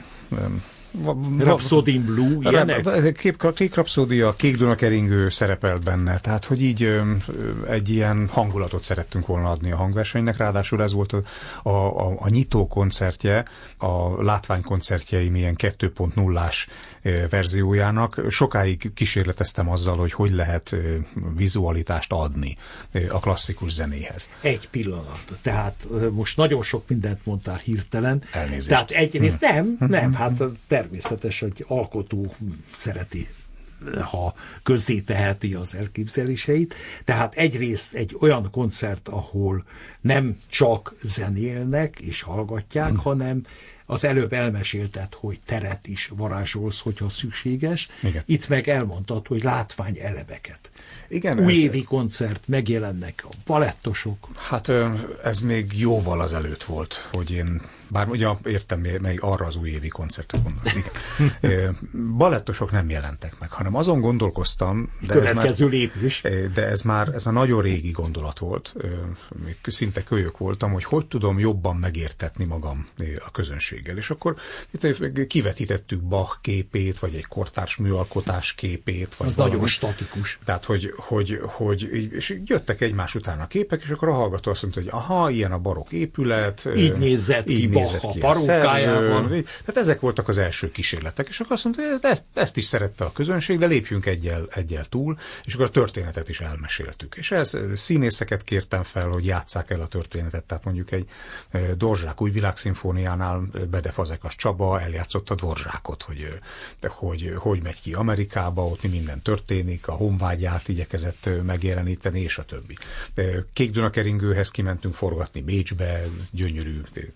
Rhapsody in Blue, ilyenek? Kék Rhapsody, a Kék Duna keringő szerepelt benne, tehát hogy így ö, egy ilyen hangulatot szerettünk volna adni a hangversenynek, ráadásul ez volt a, a, a, a nyitó koncertje, a látványkoncertjeim ilyen kettő pont nullás verziójának. Sokáig kísérleteztem azzal, hogy hogy lehet vizualitást adni a klasszikus zenéhez. Egy pillanat. Tehát most nagyon sok mindent mondtál hirtelen. Elnézést. Tehát egyrészt nem, nem, hát természetes, hogy alkotó szereti, ha közzéteheti az elképzeléseit. Tehát egyrészt egy olyan koncert, ahol nem csak zenélnek és hallgatják, hmm. hanem az előbb elmesélted, hogy teret is varázsolsz, hogyha szükséges. Igen. Itt meg elmondtad, hogy látvány elemeket. Igen, újévi ez... koncert, megjelennek a balettosok. Hát ez még jóval azelőtt volt, hogy én, bár ugye értem, még arra az újévi koncertre gondolom. Balettosok nem jelentek meg, hanem azon gondolkoztam, de ez, már, lépés. de ez már, ez már nagyon régi gondolat volt, még szinte kölyök voltam, hogy hogy tudom jobban megértetni magam a közönséggel. És akkor itt kivetítettük Bach képét, vagy egy kortárs műalkotás képét. Vagy az valami. Nagyon statikus. Tehát, hogy Hogy, hogy, és jöttek egymás után a képek, és akkor a hallgató azt mondta, hogy aha, ilyen a barokk épület. Így nézett így ki Bach a parókájával. Tehát ezek voltak az első kísérletek, és akkor azt mondta, hogy ezt, ezt is szerette a közönség, de lépjünk egyel, egyel túl, és akkor a történetet is elmeséltük. És ez színészeket kértem fel, hogy játsszák el a történetet, tehát mondjuk egy Dvořák új világszimfóniánál Bede Fazekas Csaba eljátszott a Dvořákot, hogy, hogy hogy megy ki Amerikába, ott mi minden történik, a honvágyát igyekezett megjeleníteni, és a többi. Kék Duna keringőhez kimentünk forgatni Bécsbe, gyönyörű kis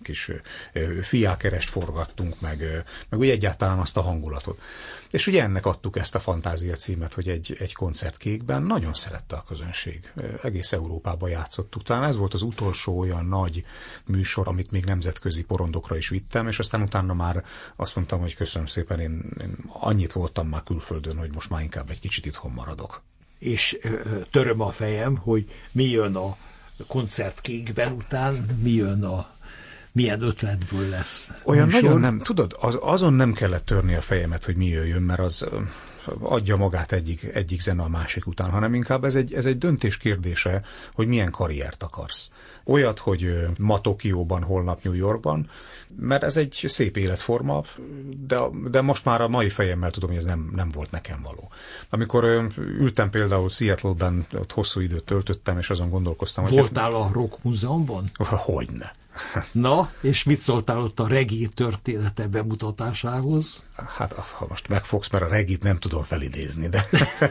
fiákerest forgattunk, meg, meg úgy egyáltalán azt a hangulatot. És ugye ennek adtuk ezt a Fantázia címet, hogy egy, egy koncertkékben nagyon szerette a közönség. Egész Európában játszottuk. Talán ez volt az utolsó olyan nagy műsor, amit még nemzetközi porondokra is vittem, és aztán utána már azt mondtam, hogy köszönöm szépen, én, én annyit voltam már külföldön, hogy most már inkább egy kicsit itthon maradok. És töröm a fejem, hogy mi jön a koncertkékben után, mi jön a milyen ötletből lesz. Olyan műsor? Nagyon nem, tudod, az, azon nem kellett törni a fejemet, hogy mi jöjjön, mert az adja magát egyik, egyik zene a másik után, hanem inkább ez egy, ez egy döntés kérdése, hogy milyen karriert akarsz. Olyat, hogy ma Tokióban, holnap New Yorkban, mert ez egy szép életforma, de, de most már a mai fejemmel tudom, hogy ez nem, nem volt nekem való. Amikor ültem például Seattle-ben, ott hosszú időt töltöttem, és azon gondolkoztam, hogy... Voltál a Rock Múzeumban? Hogyne. Na, és mit szóltál ott a reggae története bemutatásához? Hát, ha most megfogsz, mert a reggae-t nem tudom felidézni, de,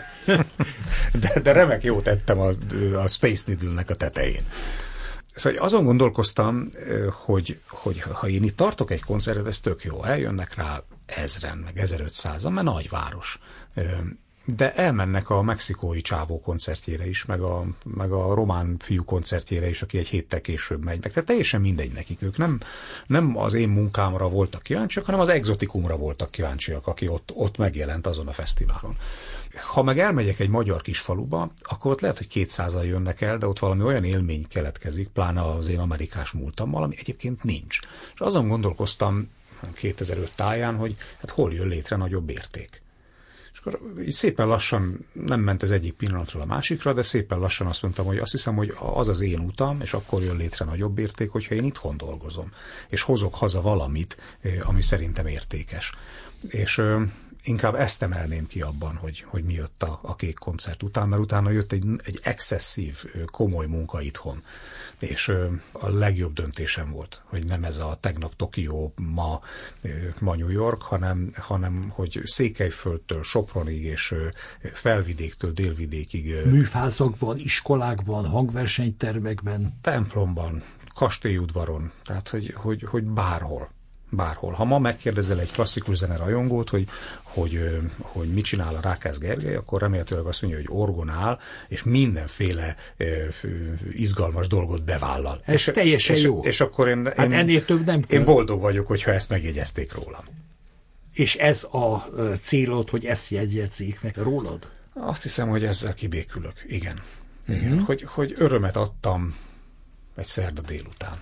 de, de remek jót ettem a, a Space Needle-nek a tetején. Szóval azon gondolkoztam, hogy, hogy ha én itt tartok egy koncertet, ez tök jó, eljönnek rá ezren, meg ezerötszázan, mert nagy város. De elmennek a mexikói csávó koncertjére is, meg a, meg a román fiú koncertjére is, aki egy héttel később megy meg. Tehát teljesen mindegy nekik. Ők nem, nem az én munkámra voltak kíváncsiak, hanem az egzotikumra voltak kíváncsiak, aki ott, ott megjelent azon a fesztiválon. Ha meg elmegyek egy magyar kisfaluba, akkor ott lehet, hogy kétszázan jönnek el, de ott valami olyan élmény keletkezik, pláne az én amerikás múltammal, ami egyébként nincs. És azon gondolkoztam kétezer-öt táján, hogy hát hol jön létre nagyobb érték. Akkor így szépen lassan nem ment az egyik pillanatról a másikra, de szépen lassan azt mondtam, hogy azt hiszem, hogy az az én utam, és akkor jön létre nagyobb érték, hogyha én itthon dolgozom, és hozok haza valamit, ami szerintem értékes. És inkább ezt emelném ki abban, hogy, hogy mi jött a, a Kék koncert után, mert utána jött egy, egy excesszív, komoly munka itthon. És a legjobb döntésem volt, hogy nem ez a tegnap Tokió, ma, ma New York, hanem, hanem hogy Székelyföldtől Sopronig és Felvidéktől Délvidékig. Műfázakban, iskolákban, hangversenytermekben. Templomban, kastélyudvaron, tehát hogy, hogy, hogy bárhol. Bárhol. Ha ma megkérdezel egy klasszikus zene rajongót, hogy, hogy, hogy mit csinál a Rákász Gergely, akkor remélhetőleg azt mondja, hogy orgonál, és mindenféle uh, izgalmas dolgot bevállal. Ez és, teljesen és, jó. És akkor én, hát én, ennél több nem kell. Én boldog vagyok, hogyha ezt megjegyezték rólam. És ez a célod, hogy ezt jegyezzék meg rólad? Azt hiszem, hogy ezzel kibékülök. Igen. Uh-huh. Igen. Hogy, hogy örömet adtam egy szerda délután.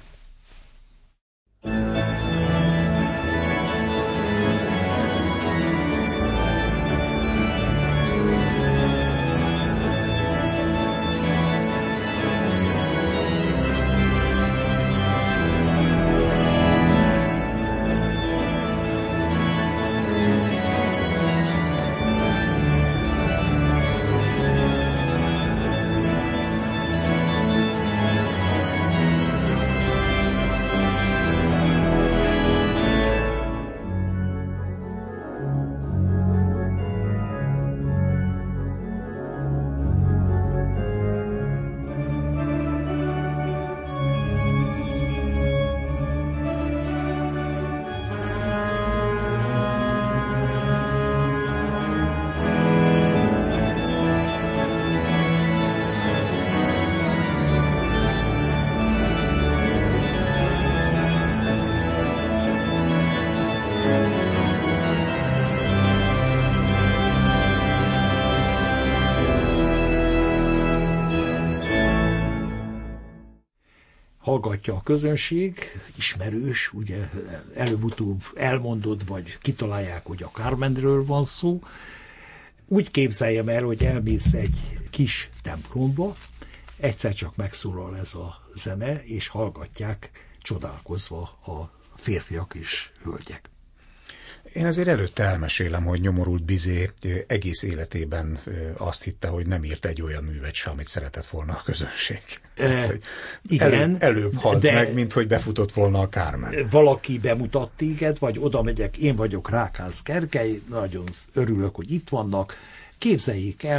Hallgatja a közönség, ismerős, ugye előbb-utóbb elmondod, vagy kitalálják, hogy a Carmenről van szó. Úgy képzeljem el, hogy elmész egy kis templomba, egyszer csak megszólal ez a zene, és hallgatják csodálkozva a férfiak és hölgyek. Én azért előtte elmesélem, hogy Nyomorult Bizé egész életében azt hitte, hogy nem írt egy olyan művet se, amit szeretett volna a közönség. E, hát, igen. Előbb, előbb halt de meg, mint hogy befutott volna a Carmen. Valaki bemutat téged, vagy oda megyek, én vagyok Rákász Gergely, nagyon örülök, hogy itt vannak. Képzeljék el,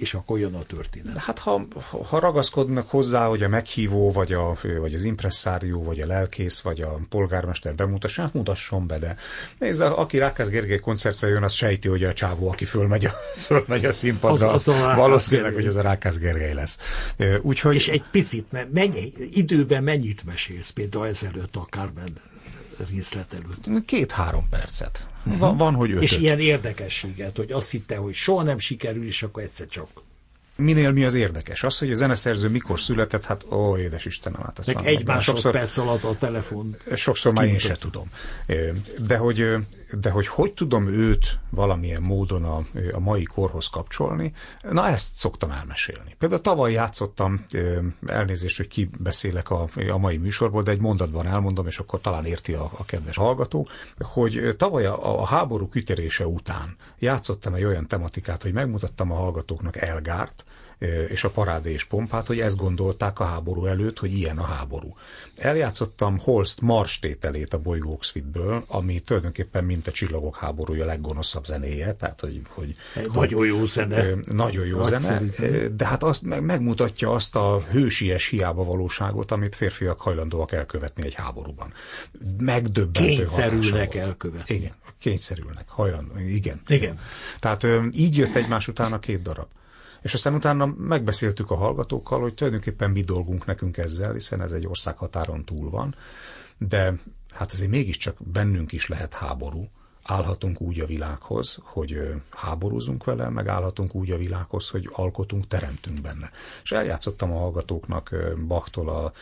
És akkor jön a történet. Hát ha, ha ragaszkodnak hozzá, hogy a meghívó, vagy, a, vagy az impresszárió, vagy a lelkész, vagy a polgármester bemutassa, hát mutasson be, de nézd, aki Rákász Gergely koncertre jön, az sejti, hogy a csávó, aki fölmegy a, fölmegy a színpadra, az, az a valószínűleg, hogy az a Rákász Gergely lesz. Úgyhogy... És egy picit, mennyi, időben mennyit mesélsz például ezelőtt a Carmen részlet előtt? Két-három percet. Uh-huh. Van, van, hogy ötöt. És ilyen érdekességet, hogy azt hitte, hogy soha nem sikerül, és akkor egyszer csak. Minél mi az érdekes? Az, hogy a zeneszerző mikor született, hát ó, édes Istenem, hát azt egy másodperc alatt a telefon. Sokszor már én se tudom. De hogy, de hogy hogy tudom őt valamilyen módon a, a mai korhoz kapcsolni, na ezt szoktam elmesélni. Például tavaly játszottam, elnézést, hogy kibeszélek a, a mai műsorból, de egy mondatban elmondom, és akkor talán érti a, a kedves hallgató, hogy tavaly a, a háború kitörése után játszottam egy olyan tematikát, hogy megmutattam a hallgatóknak Elgárt, és a Parádé és Pompát, hogy ezt gondolták a háború előtt, hogy ilyen a háború. Eljátszottam Holst marstételét a Bolygók Suite-ből, ami tulajdonképpen mint a Csillagok háborúja leggonoszabb zenéje, tehát hogy... hogy nagyon jó zene. Nagyon jó zene, zene, de hát azt megmutatja azt a hősies hiába valóságot, amit férfiak hajlandóak elkövetni egy háborúban. Megdöbbentő kényszerülnek elkövetni. Igen, kényszerülnek, hajlandó, igen. Igen. Tehát így jött egymás után a két darab. És aztán utána megbeszéltük a hallgatókkal, hogy tulajdonképpen mi dolgunk nekünk ezzel, hiszen ez egy országhatáron túl van, de hát azért mégiscsak bennünk is lehet háború. Állhatunk úgy a világhoz, hogy háborúzunk vele, meg állhatunk úgy a világhoz, hogy alkotunk, teremtünk benne. És eljátszottam a hallgatóknak Bachtól a,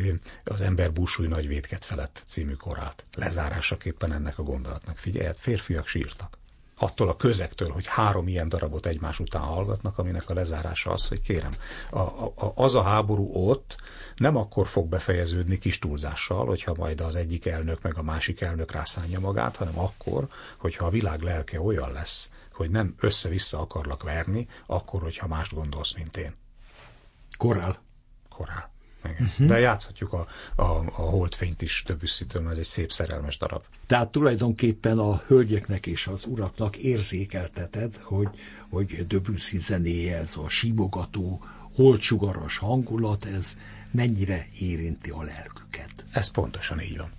az Ember búsúly nagy vétket felett című korát. Lezárásaképpen ennek a gondolatnak. Figyelj, férfiak sírtak. Attól a közektől, hogy három ilyen darabot egymás után hallgatnak, aminek a lezárása az, hogy kérem, a, a, az a háború ott nem akkor fog befejeződni kis túlzással, hogyha majd az egyik elnök meg a másik elnök rászánja magát, hanem akkor, hogyha a világ lelke olyan lesz, hogy nem össze-vissza akarlak verni, akkor, hogyha mást gondolsz, mint én. Korál. Korál. Uh-huh. De játszhatjuk a, a, a Holdfényt is Debussy-től, mert ez egy szép szerelmes darab. Tehát tulajdonképpen a hölgyeknek és az uraknak érzékelteted, hogy, hogy Debussy zenéje, ez a simogató, holdsugaras hangulat, ez mennyire érinti a lelküket. Ez pontosan így van.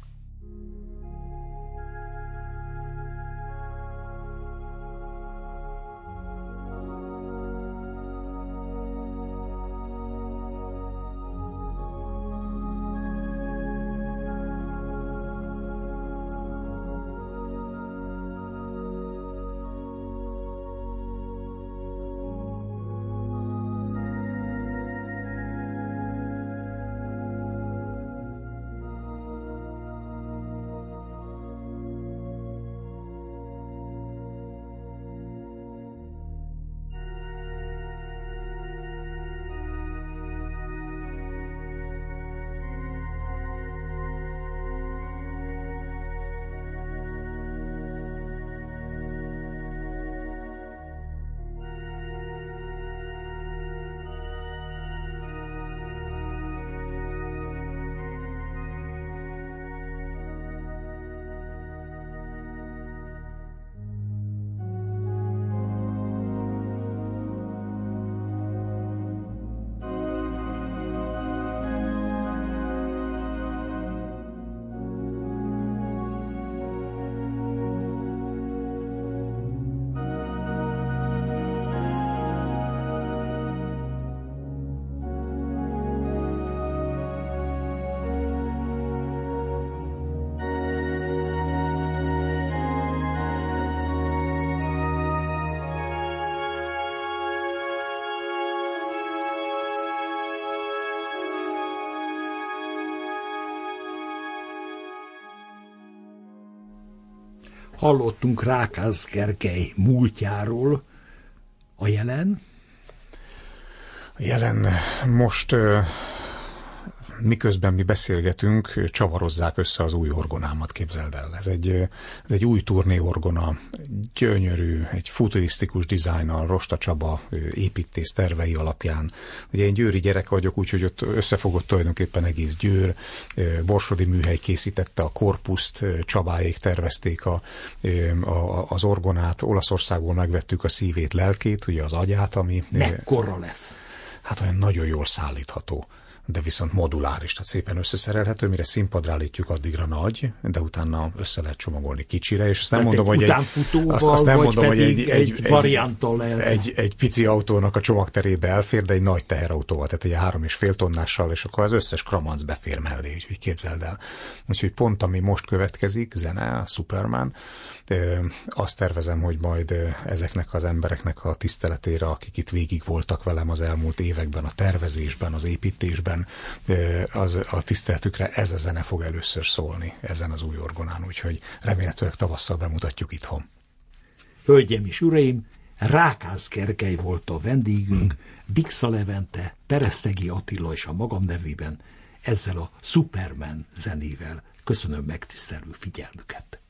Hallottunk Rákász Gergely múltjáról, a jelen? A jelen most ö, miközben mi beszélgetünk, csavarozzák össze az új orgonámat, képzeld el. Ez egy, ez egy új turné orgona, gyönyörű, egy futurisztikus dizájnnal, Rosta Csaba építész tervei alapján. Ugye én győri gyerek vagyok, úgyhogy ott összefogott tulajdonképpen egész Győr. Borsodi műhely készítette a korpuszt, Csabáék tervezték a, a, az orgonát, Olaszországból megvettük a szívét, lelkét, ugye az agyát, ami... Mekkora lesz? Hát olyan nagyon jól szállítható, de viszont moduláris, tehát szépen összeszerelhető, mire színpadra állítjuk, addigra nagy, de utána össze lehet csomagolni kicsire, és azt nem mondom, hogy egy, azt, azt nem mondom, hogy egy, egy, egy, varianttal lehet. Egy, egy pici autónak a csomagterébe elfér, de egy nagy teherautóval, tehát egy három és fél tonnással, és akkor az összes kramanc befér mellé, úgyhogy képzeld el. Úgyhogy pont ami most következik, zene, a Superman, azt tervezem, hogy majd ezeknek az embereknek a tiszteletére, akik itt végig voltak velem az elmúlt években, a tervezésben, az építésben, az, a tiszteletükre ez a zene fog először szólni ezen az új orgonán, úgyhogy remélhetőleg tavasszal bemutatjuk itthon. Hölgyeim és uraim, Rákász Gergely volt a vendégünk, Bixa Levente, Peresztegi Attila és a magam nevében ezzel a Superman zenével köszönöm megtisztelő figyelmüket.